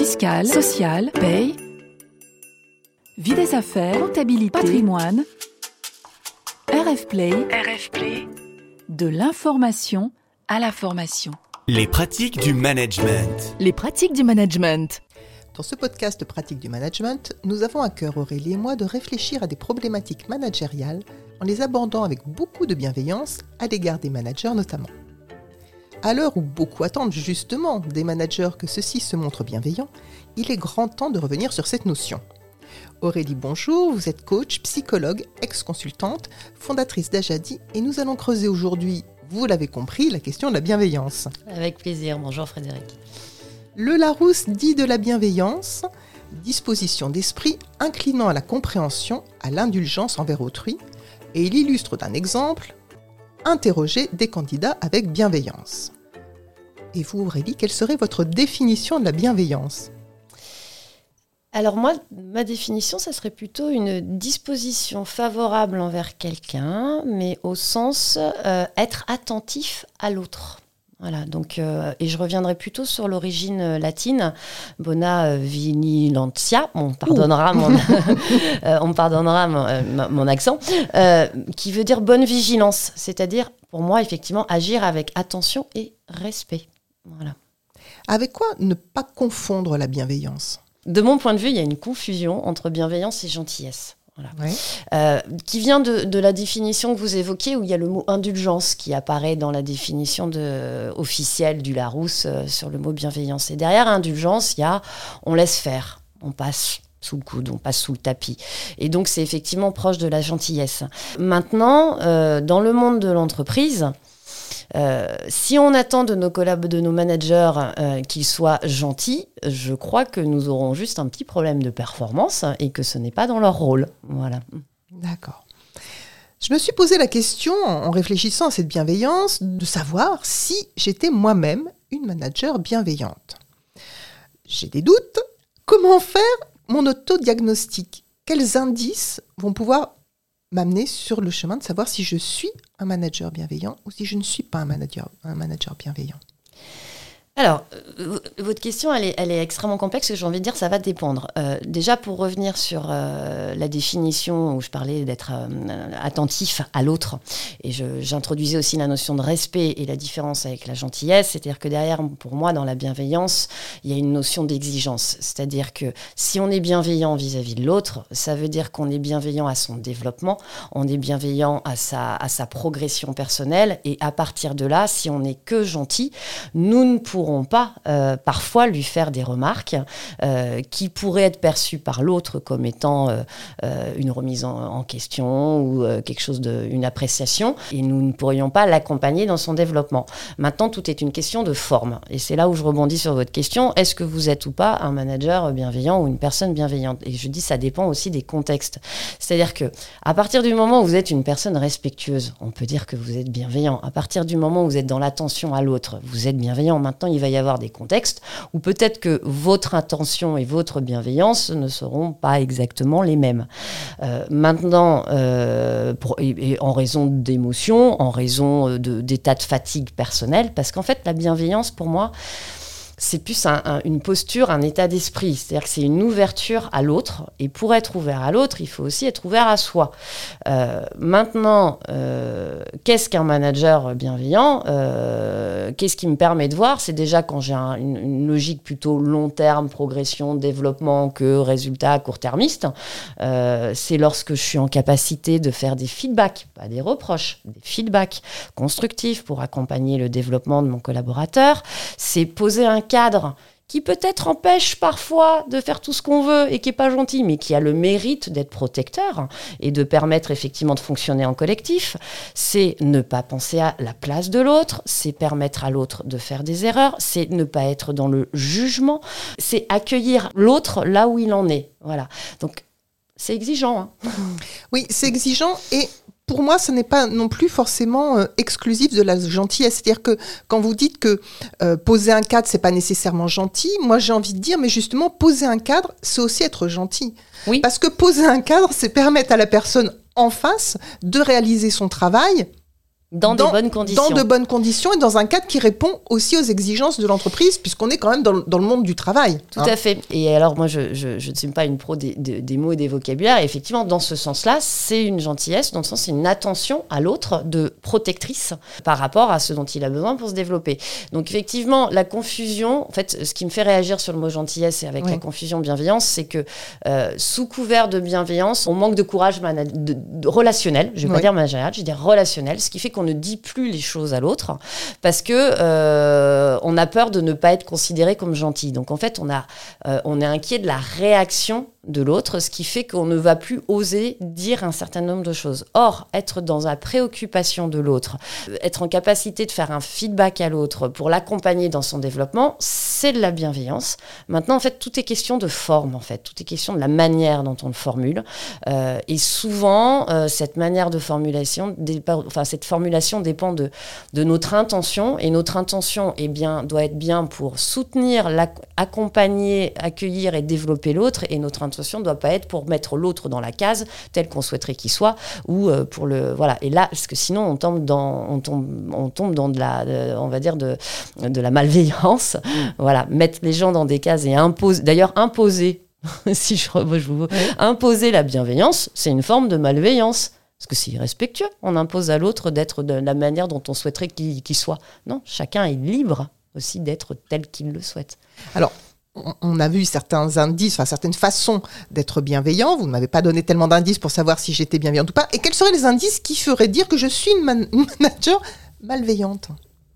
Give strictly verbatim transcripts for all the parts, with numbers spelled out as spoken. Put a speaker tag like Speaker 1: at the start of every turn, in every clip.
Speaker 1: fiscale, sociale, paye, vie des affaires, comptabilité, patrimoine, R F Play, R F Play, de l'information à la formation.
Speaker 2: Les pratiques du management.
Speaker 1: Les pratiques du management.
Speaker 3: Dans ce podcast Pratiques du management, nous avons à cœur, Aurélie et moi, de réfléchir à des problématiques managériales en les abordant avec beaucoup de bienveillance à l'égard des managers notamment. À l'heure où beaucoup attendent justement des managers que ceux-ci se montrent bienveillants, il est grand temps de revenir sur cette notion. Aurélie, bonjour, vous êtes coach, psychologue, ex-consultante, fondatrice d'Ajadi et nous allons creuser aujourd'hui, vous l'avez compris, la question de la bienveillance.
Speaker 4: Avec plaisir, bonjour Frédéric.
Speaker 3: Le Larousse dit de la bienveillance, disposition d'esprit inclinant à la compréhension, à l'indulgence envers autrui, et il illustre d'un exemple, interroger des candidats avec bienveillance. Et vous, Aurélie, quelle serait votre définition de la bienveillance ?
Speaker 4: Alors moi, ma définition, ça serait plutôt une disposition favorable envers quelqu'un, mais au sens euh, être attentif à l'autre. Voilà, donc, euh, et je reviendrai plutôt sur l'origine euh, latine, bona vigilantia, on pardonnera, mon, euh, on pardonnera mon, euh, mon accent, euh, qui veut dire bonne vigilance, c'est-à-dire pour moi effectivement agir avec attention et respect. Voilà.
Speaker 3: Avec quoi ne pas confondre la bienveillance ?
Speaker 4: De mon point de vue, il y a une confusion entre bienveillance et gentillesse. Voilà.
Speaker 3: Ouais.
Speaker 4: Euh, qui vient de, de la définition que vous évoquez, où il y a le mot indulgence qui apparaît dans la définition de, officielle du Larousse euh, sur le mot bienveillance. Et derrière indulgence, il y a on laisse faire, on passe sous le coude, on passe sous le tapis. Et donc, c'est effectivement proche de la gentillesse. Maintenant, euh, dans le monde de l'entreprise, Euh, si on attend de nos collabs, de nos managers euh, qu'ils soient gentils, je crois que nous aurons juste un petit problème de performance et que ce n'est pas dans leur rôle. Voilà.
Speaker 3: D'accord. Je me suis posé la question, en réfléchissant à cette bienveillance, de savoir si j'étais moi-même une manager bienveillante. J'ai des doutes. Comment faire mon autodiagnostic ? Quels indices vont pouvoir m'amener sur le chemin de savoir si je suis un manager bienveillant ou si je ne suis pas un manager, un manager bienveillant.
Speaker 4: Alors, euh, votre question, elle est, elle est extrêmement complexe et j'ai envie de dire ça va dépendre. Euh, déjà, pour revenir sur euh, la définition où je parlais d'être euh, attentif à l'autre, et je, j'introduisais aussi la notion de respect et la différence avec la gentillesse, c'est-à-dire que derrière, pour moi, dans la bienveillance, il y a une notion d'exigence. C'est-à-dire que si on est bienveillant vis-à-vis de l'autre, ça veut dire qu'on est bienveillant à son développement, on est bienveillant à sa, à sa progression personnelle, et à partir de là, si on n'est que gentil, nous ne pourrons pas euh, parfois lui faire des remarques euh, qui pourraient être perçues par l'autre comme étant euh, euh, une remise en, en question ou euh, quelque chose de, une appréciation, et nous ne pourrions pas l'accompagner dans son développement. Maintenant, tout est une question de forme, et c'est là où je rebondis sur votre question. Est-ce que vous êtes ou pas un manager bienveillant ou une personne bienveillante ? Et je dis ça dépend aussi des contextes. C'est-à-dire que à partir du moment où vous êtes une personne respectueuse, on peut dire que vous êtes bienveillant. À partir du moment où vous êtes dans l'attention à l'autre, vous êtes bienveillant. Maintenant, il va y avoir des contextes où peut-être que votre intention et votre bienveillance ne seront pas exactement les mêmes. Euh, maintenant, euh, pour, et, et en raison d'émotions, en raison de, d'états de fatigue personnelle, parce qu'en fait, la bienveillance, pour moi, c'est plus un, un, une posture, un état d'esprit. C'est-à-dire que c'est une ouverture à l'autre. Et pour être ouvert à l'autre, il faut aussi être ouvert à soi. Euh, maintenant, euh, qu'est-ce qu'un manager bienveillant ? euh, Qu'est-ce qui me permet de voir ? C'est déjà quand j'ai un, une, une logique plutôt long terme, progression, développement, que résultat court-termiste. Euh, c'est lorsque je suis en capacité de faire des feedbacks, pas des reproches, des feedbacks constructifs pour accompagner le développement de mon collaborateur. C'est poser un cadre qui peut-être empêche parfois de faire tout ce qu'on veut et qui n'est pas gentil, mais qui a le mérite d'être protecteur et de permettre effectivement de fonctionner en collectif. C'est ne pas penser à la place de l'autre, c'est permettre à l'autre de faire des erreurs, c'est ne pas être dans le jugement, c'est accueillir l'autre là où il en est. Voilà. Donc, c'est exigeant. Hein.
Speaker 3: Oui, c'est exigeant et pour moi, ce n'est pas non plus forcément euh, exclusif de la gentillesse. C'est-à-dire que quand vous dites que euh, poser un cadre, c'est pas nécessairement gentil, moi j'ai envie de dire, mais justement, poser un cadre, c'est aussi être gentil.
Speaker 4: Oui.
Speaker 3: Parce que poser un cadre, c'est permettre à la personne en face de réaliser son travail
Speaker 4: Dans, dans des bonnes conditions.
Speaker 3: Dans de bonnes conditions et dans un cadre qui répond aussi aux exigences de l'entreprise, puisqu'on est quand même dans, dans le monde du travail.
Speaker 4: Tout hein. à fait. Et alors, moi, je, je, je ne suis pas une pro des, des, des mots et des vocabulaires. Et effectivement, dans ce sens-là, c'est une gentillesse, dans le sens, c'est une attention à l'autre de protectrice par rapport à ce dont il a besoin pour se développer. Donc, effectivement, la confusion, en fait, ce qui me fait réagir sur le mot gentillesse et avec oui. la confusion bienveillance, c'est que euh, sous couvert de bienveillance, on manque de courage mana- de, de relationnel. Je ne vais oui. pas dire managérial, je vais dire relationnel, ce qui fait qu'on ne dit plus les choses à l'autre parce que euh, on a peur de ne pas être considéré comme gentil. Donc en fait, on a euh, on est inquiet de la réaction de l'autre, ce qui fait qu'on ne va plus oser dire un certain nombre de choses. Or, être dans la préoccupation de l'autre, être en capacité de faire un feedback à l'autre pour l'accompagner dans son développement, c'est de la bienveillance. Maintenant, en fait, tout est question de forme, en fait. Tout est question de la manière dont on le formule. Euh, et souvent, euh, cette manière de formulation, dépend, enfin, cette formulation dépend de, de notre intention. Et notre intention est bien, doit être bien pour soutenir, accompagner, accueillir et développer l'autre. Et notre intention ne doit pas être pour mettre l'autre dans la case telle qu'on souhaiterait qu'il soit ou euh, pour le voilà. Et là, parce que sinon on tombe dans on tombe on tombe dans de la de, on va dire de de la malveillance. Mmh. Voilà, mettre les gens dans des cases et imposer. D'ailleurs, imposer si je, moi, je vous oui. imposer la bienveillance, c'est une forme de malveillance. Parce que c'est irrespectueux. On impose à l'autre d'être de la manière dont on souhaiterait qu'il, qu'il soit. Non, chacun est libre aussi d'être tel qu'il le souhaite.
Speaker 3: Alors. On a vu certains indices, enfin certaines façons d'être bienveillant. Vous ne m'avez pas donné tellement d'indices pour savoir si j'étais bienveillante ou pas. Et quels seraient les indices qui feraient dire que je suis une, man- une manager malveillante ?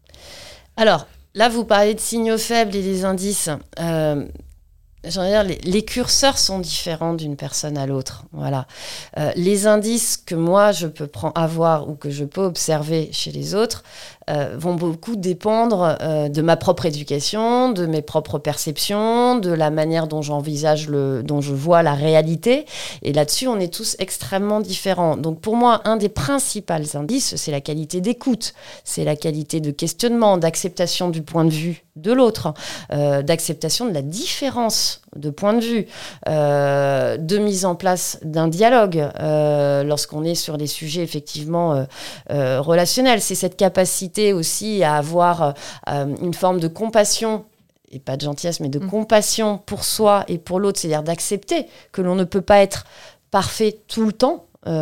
Speaker 4: Alors, là, vous parlez de signaux faibles et des indices. Euh, j'ai envie de dire, les, les curseurs sont différents d'une personne à l'autre. Voilà. Euh, les indices que moi, je peux prendre, avoir ou que je peux observer chez les autres, Euh, vont beaucoup dépendre euh, de ma propre éducation, de mes propres perceptions, de la manière dont j'envisage, le, dont je vois la réalité. Et là-dessus, on est tous extrêmement différents. Donc pour moi, un des principaux indices, c'est la qualité d'écoute, c'est la qualité de questionnement, d'acceptation du point de vue de l'autre, euh, d'acceptation de la différence de point de vue, euh, de mise en place d'un dialogue euh, lorsqu'on est sur des sujets effectivement euh, euh, relationnels. C'est cette capacité aussi à avoir euh, une forme de compassion, et pas de gentillesse, mais de mmh. compassion pour soi et pour l'autre, c'est-à-dire d'accepter que l'on ne peut pas être parfait tout le temps.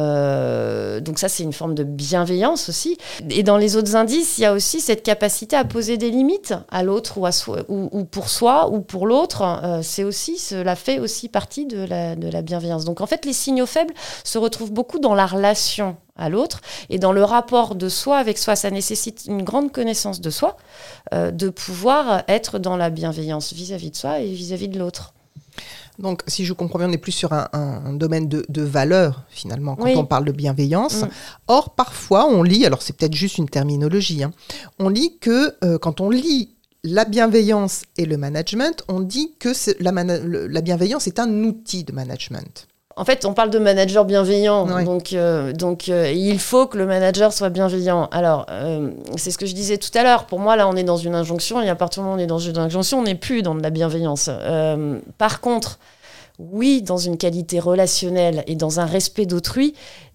Speaker 4: Euh, donc ça, c'est une forme de bienveillance aussi. Et dans les autres indices, il y a aussi cette capacité à poser des limites à l'autre ou, à soi, ou, ou pour soi ou pour l'autre. Euh, c'est aussi, cela fait aussi partie de la, de la bienveillance. Donc en fait, les signaux faibles se retrouvent beaucoup dans la relation à l'autre et dans le rapport de soi avec soi. Ça nécessite une grande connaissance de soi, euh, de pouvoir être dans la bienveillance vis-à-vis de soi et vis-à-vis de l'autre.
Speaker 3: Donc, si je comprends bien, on est plus sur un, un, un domaine de, de valeur, finalement, quand oui. on parle de bienveillance. Mmh. Or, parfois, on lit, alors c'est peut-être juste une terminologie, hein, on lit que euh, quand on lit la bienveillance et le management, on dit que c'est la, mana- la bienveillance est un outil de management.
Speaker 4: En fait, on parle de manager bienveillant, oui. donc, euh, donc euh, il faut que le manager soit bienveillant. Alors, euh, c'est ce que je disais tout à l'heure. Pour moi, là, on est dans une injonction, et à partir du moment où on est dans une injonction, on n'est plus dans de la bienveillance. Euh, par contre, oui, dans une qualité relationnelle et dans un respect d'autrui,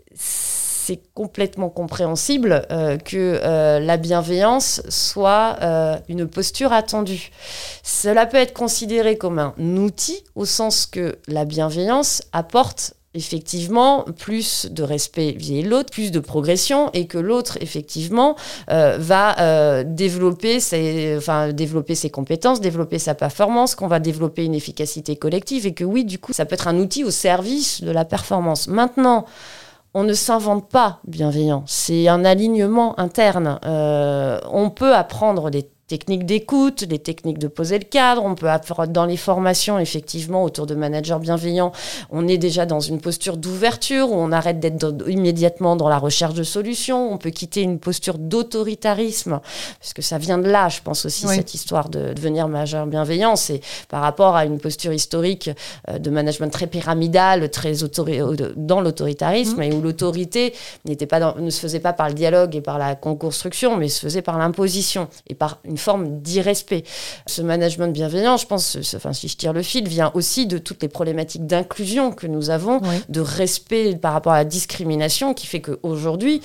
Speaker 4: c'est complètement compréhensible euh, que euh, la bienveillance soit euh, une posture attendue. Cela peut être considéré comme un outil, au sens que la bienveillance apporte effectivement plus de respect vis-à-vis de l'autre, plus de progression, et que l'autre effectivement euh, va euh, développer ses, enfin développer ses compétences, développer sa performance, qu'on va développer une efficacité collective, et que oui, du coup, ça peut être un outil au service de la performance. Maintenant, on ne s'invente pas bienveillant, c'est un alignement interne. Euh, on peut apprendre des techniques d'écoute, les techniques de poser le cadre, on peut apprendre dans les formations, effectivement, autour de managers bienveillants, on est déjà dans une posture d'ouverture, où on arrête d'être dans, immédiatement dans la recherche de solutions, on peut quitter une posture d'autoritarisme, parce que ça vient de là, je pense aussi, oui. cette histoire de devenir manager bienveillant, c'est par rapport à une posture historique euh, de management très pyramidal, très autori- dans l'autoritarisme, mmh. et où l'autorité n'était pas dans, ne se faisait pas par le dialogue et par la co-construction, mais se faisait par l'imposition, et par une forme d'irrespect. Ce management bienveillant, je pense, enfin, si je tire le fil, vient aussi de toutes les problématiques d'inclusion que nous avons, oui. de respect par rapport à la discrimination, qui fait qu'aujourd'hui,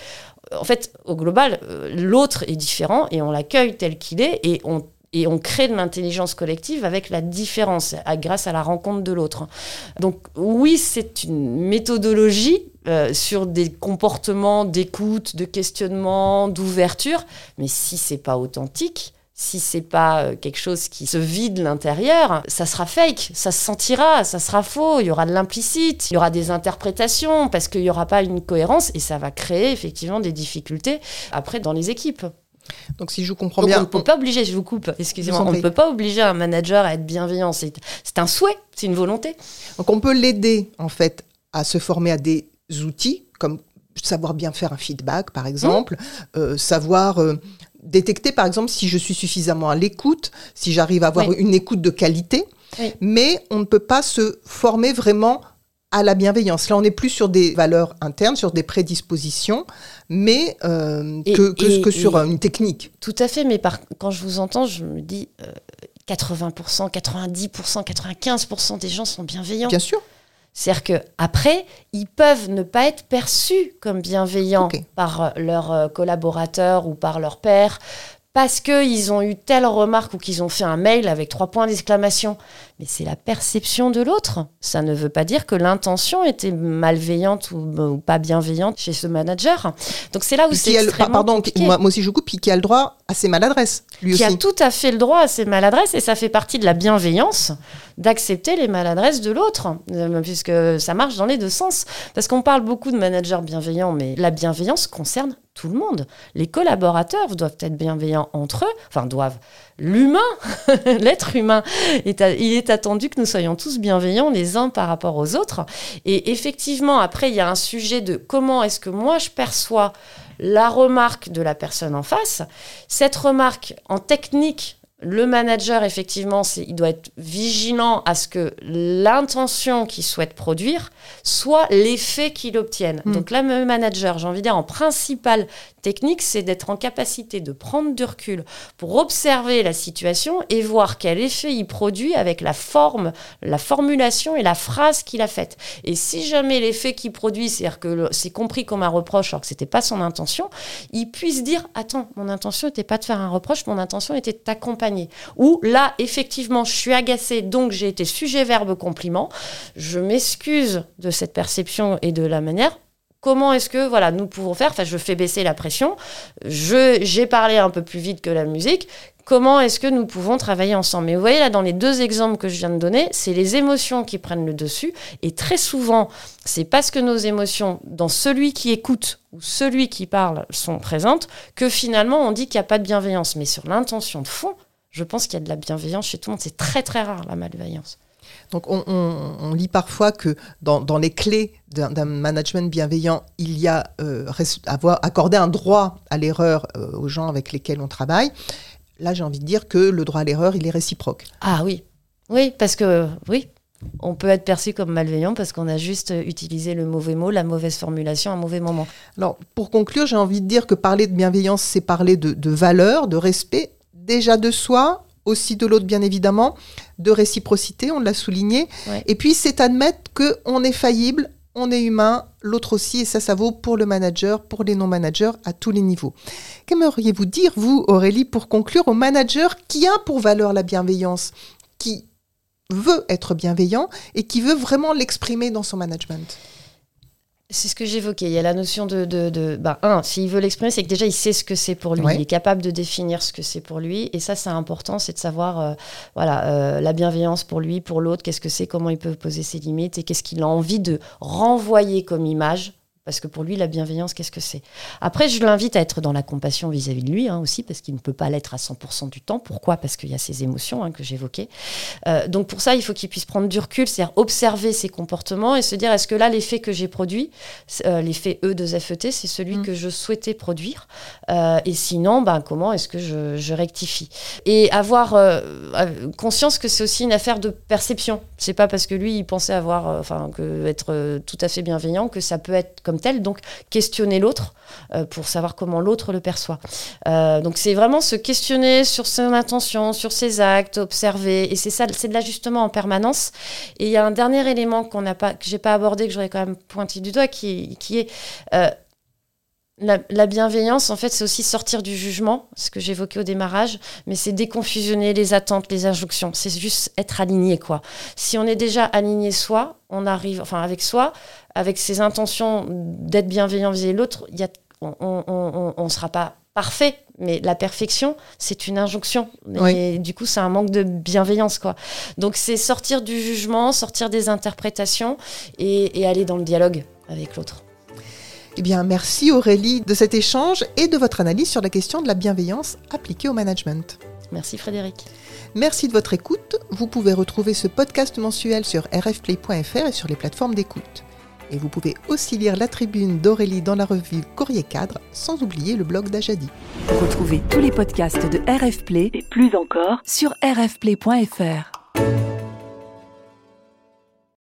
Speaker 4: en fait, au global, euh, l'autre est différent et on l'accueille tel qu'il est et on Et on crée de l'intelligence collective avec la différence, à, grâce à la rencontre de l'autre. Donc oui, c'est une méthodologie euh, sur des comportements d'écoute, de questionnement, d'ouverture. Mais si c'est pas authentique, si c'est pas euh, quelque chose qui se vide l'intérieur, ça sera fake, ça se sentira, ça sera faux, il y aura de l'implicite, il y aura des interprétations parce qu'il y aura pas une cohérence et ça va créer effectivement des difficultés après dans les équipes.
Speaker 3: Donc si je vous comprends
Speaker 4: Donc
Speaker 3: bien...
Speaker 4: on ne peut pas obliger, je vous coupe, excusez-moi, on ne peut pas obliger un manager à être bienveillant, c'est, c'est un souhait, c'est une volonté.
Speaker 3: Donc on peut l'aider en fait à se former à des outils, comme savoir bien faire un feedback par exemple, mmh. euh, savoir euh, détecter par exemple si je suis suffisamment à l'écoute, si j'arrive à avoir oui. une écoute de qualité, oui. mais on ne peut pas se former vraiment à la bienveillance. Là, on n'est plus sur des valeurs internes, sur des prédispositions, mais euh, et, que, que, et, que sur et, une technique.
Speaker 4: Tout à fait, mais par, quand je vous entends, je me dis euh, quatre-vingts pour cent, quatre-vingt-dix pour cent, quatre-vingt-quinze pour cent des gens sont bienveillants.
Speaker 3: Bien sûr.
Speaker 4: C'est-à-dire qu'après, ils peuvent ne pas être perçus comme bienveillants okay. par leurs collaborateurs ou par leurs pairs, parce qu'ils ont eu telle remarque ou qu'ils ont fait un mail avec trois points d'exclamation. Mais c'est la perception de l'autre. Ça ne veut pas dire que l'intention était malveillante ou, ou pas bienveillante chez ce manager. Donc c'est là où puis c'est extrêmement
Speaker 3: le, pardon,
Speaker 4: compliqué.
Speaker 3: Moi, moi aussi je coupe, puis qui a le droit à ses maladresses, lui
Speaker 4: qui
Speaker 3: aussi.
Speaker 4: Qui a tout à fait le droit à ses maladresses, et ça fait partie de la bienveillance d'accepter les maladresses de l'autre, puisque ça marche dans les deux sens. Parce qu'on parle beaucoup de managers bienveillants, mais la bienveillance concerne tout le monde. Les collaborateurs doivent être bienveillants entre eux, enfin doivent. L'humain, l'être humain, est à, il est attendu que nous soyons tous bienveillants les uns par rapport aux autres. Et effectivement, après, il y a un sujet de comment est-ce que moi je perçois la remarque de la personne en face. Cette remarque, en technique, le manager, effectivement, c'est, il doit être vigilant à ce que l'intention qu'il souhaite produire soit l'effet qu'il obtienne. Mmh. Donc là, le manager, j'ai envie de dire, en principale technique, c'est d'être en capacité de prendre du recul pour observer la situation et voir quel effet il produit avec la forme, la formulation et la phrase qu'il a faite. Et si jamais l'effet qu'il produit, c'est-à-dire que le, c'est compris comme un reproche alors que c'était pas son intention, il puisse dire « Attends, mon intention n'était pas de faire un reproche, mon intention était de t'accompagner. » Ou là, effectivement, je suis agacée, donc j'ai été sujet-verbe-compliment. Je m'excuse de cette perception et de la manière. Comment est-ce que voilà, nous pouvons faire ? Enfin, je fais baisser la pression. Je, j'ai parlé un peu plus vite que la musique. Comment est-ce que nous pouvons travailler ensemble ? Mais vous voyez, là, dans les deux exemples que je viens de donner, c'est les émotions qui prennent le dessus. Et très souvent, c'est parce que nos émotions, dans celui qui écoute ou celui qui parle, sont présentes, que finalement, on dit qu'il n'y a pas de bienveillance. Mais sur l'intention de fond, je pense qu'il y a de la bienveillance chez tout le monde. C'est très, très rare, la malveillance.
Speaker 3: Donc, on, on, on lit parfois que dans, dans les clés d'un, d'un management bienveillant, il y a euh, avoir accordé un droit à l'erreur euh, aux gens avec lesquels on travaille. Là, j'ai envie de dire que le droit à l'erreur, il est réciproque.
Speaker 4: Ah oui, oui, parce que, oui, on peut être perçu comme malveillant parce qu'on a juste utilisé le mauvais mot, la mauvaise formulation, à un mauvais moment.
Speaker 3: Alors, pour conclure, j'ai envie de dire que parler de bienveillance, c'est parler de, de valeur, de respect, déjà de soi, aussi de l'autre bien évidemment, de réciprocité, on l'a souligné. Ouais. Et puis c'est admettre qu'on est faillible, on est humain, l'autre aussi, et ça, ça vaut pour le manager, pour les non-managers, à tous les niveaux. Qu'aimeriez-vous dire, vous, Aurélie, pour conclure, au manager qui a pour valeur la bienveillance, qui veut être bienveillant et qui veut vraiment l'exprimer dans son management ?
Speaker 4: C'est ce que j'évoquais. Il y a la notion de... de, de ben, un, s'il veut l'exprimer, c'est que déjà, il sait ce que c'est pour lui. Ouais. Il est capable de définir ce que c'est pour lui. Et ça, c'est important, c'est de savoir euh, voilà, euh, la bienveillance pour lui, pour l'autre, qu'est-ce que c'est, comment il peut poser ses limites et qu'est-ce qu'il a envie de renvoyer comme image. Parce que pour lui, la bienveillance, qu'est-ce que c'est ? Après, je l'invite à être dans la compassion vis-à-vis de lui hein, aussi, parce qu'il ne peut pas l'être à cent pour cent du temps. Pourquoi ? Parce qu'il y a ces émotions hein, que j'évoquais. Euh, donc pour ça, il faut qu'il puisse prendre du recul, c'est-à-dire observer ses comportements et se dire, est-ce que là, l'effet que j'ai produit, euh, l'effet E deux F E T, c'est celui mmh. que je souhaitais produire euh, et sinon, ben, comment est-ce que je, je rectifie ? Et avoir euh, conscience que c'est aussi une affaire de perception. C'est pas parce que lui, il pensait avoir, euh, enfin, que être euh, tout à fait bienveillant que ça peut être comme tel, donc questionner l'autre euh, pour savoir comment l'autre le perçoit. Euh, donc c'est vraiment se questionner sur son intention, sur ses actes, observer, et c'est ça, c'est de l'ajustement en permanence. Et il y a un dernier élément qu'on n'a pas, que j'ai pas abordé, que j'aurais quand même pointé du doigt, qui, qui est euh, La, la bienveillance, en fait, c'est aussi sortir du jugement, ce que j'évoquais au démarrage, mais c'est déconfusionner les attentes, les injonctions. C'est juste être aligné, quoi. Si on est déjà aligné soi, on arrive, enfin avec soi, avec ses intentions d'être bienveillant vis-à-vis de l'autre, y a, on ne sera pas parfait, mais la perfection, c'est une injonction. Oui. Et du coup, c'est un manque de bienveillance, quoi. Donc, c'est sortir du jugement, sortir des interprétations et, et aller dans le dialogue avec l'autre.
Speaker 3: Eh bien, merci Aurélie de cet échange et de votre analyse sur la question de la bienveillance appliquée au management.
Speaker 4: Merci Frédéric.
Speaker 3: Merci de votre écoute. Vous pouvez retrouver ce podcast mensuel sur r f play point f r et sur les plateformes d'écoute. Et vous pouvez aussi lire la tribune d'Aurélie dans la revue Courrier Cadre, sans oublier le blog d'Ajadi.
Speaker 1: Retrouvez tous les podcasts de R F Play et plus encore sur r f play point f r.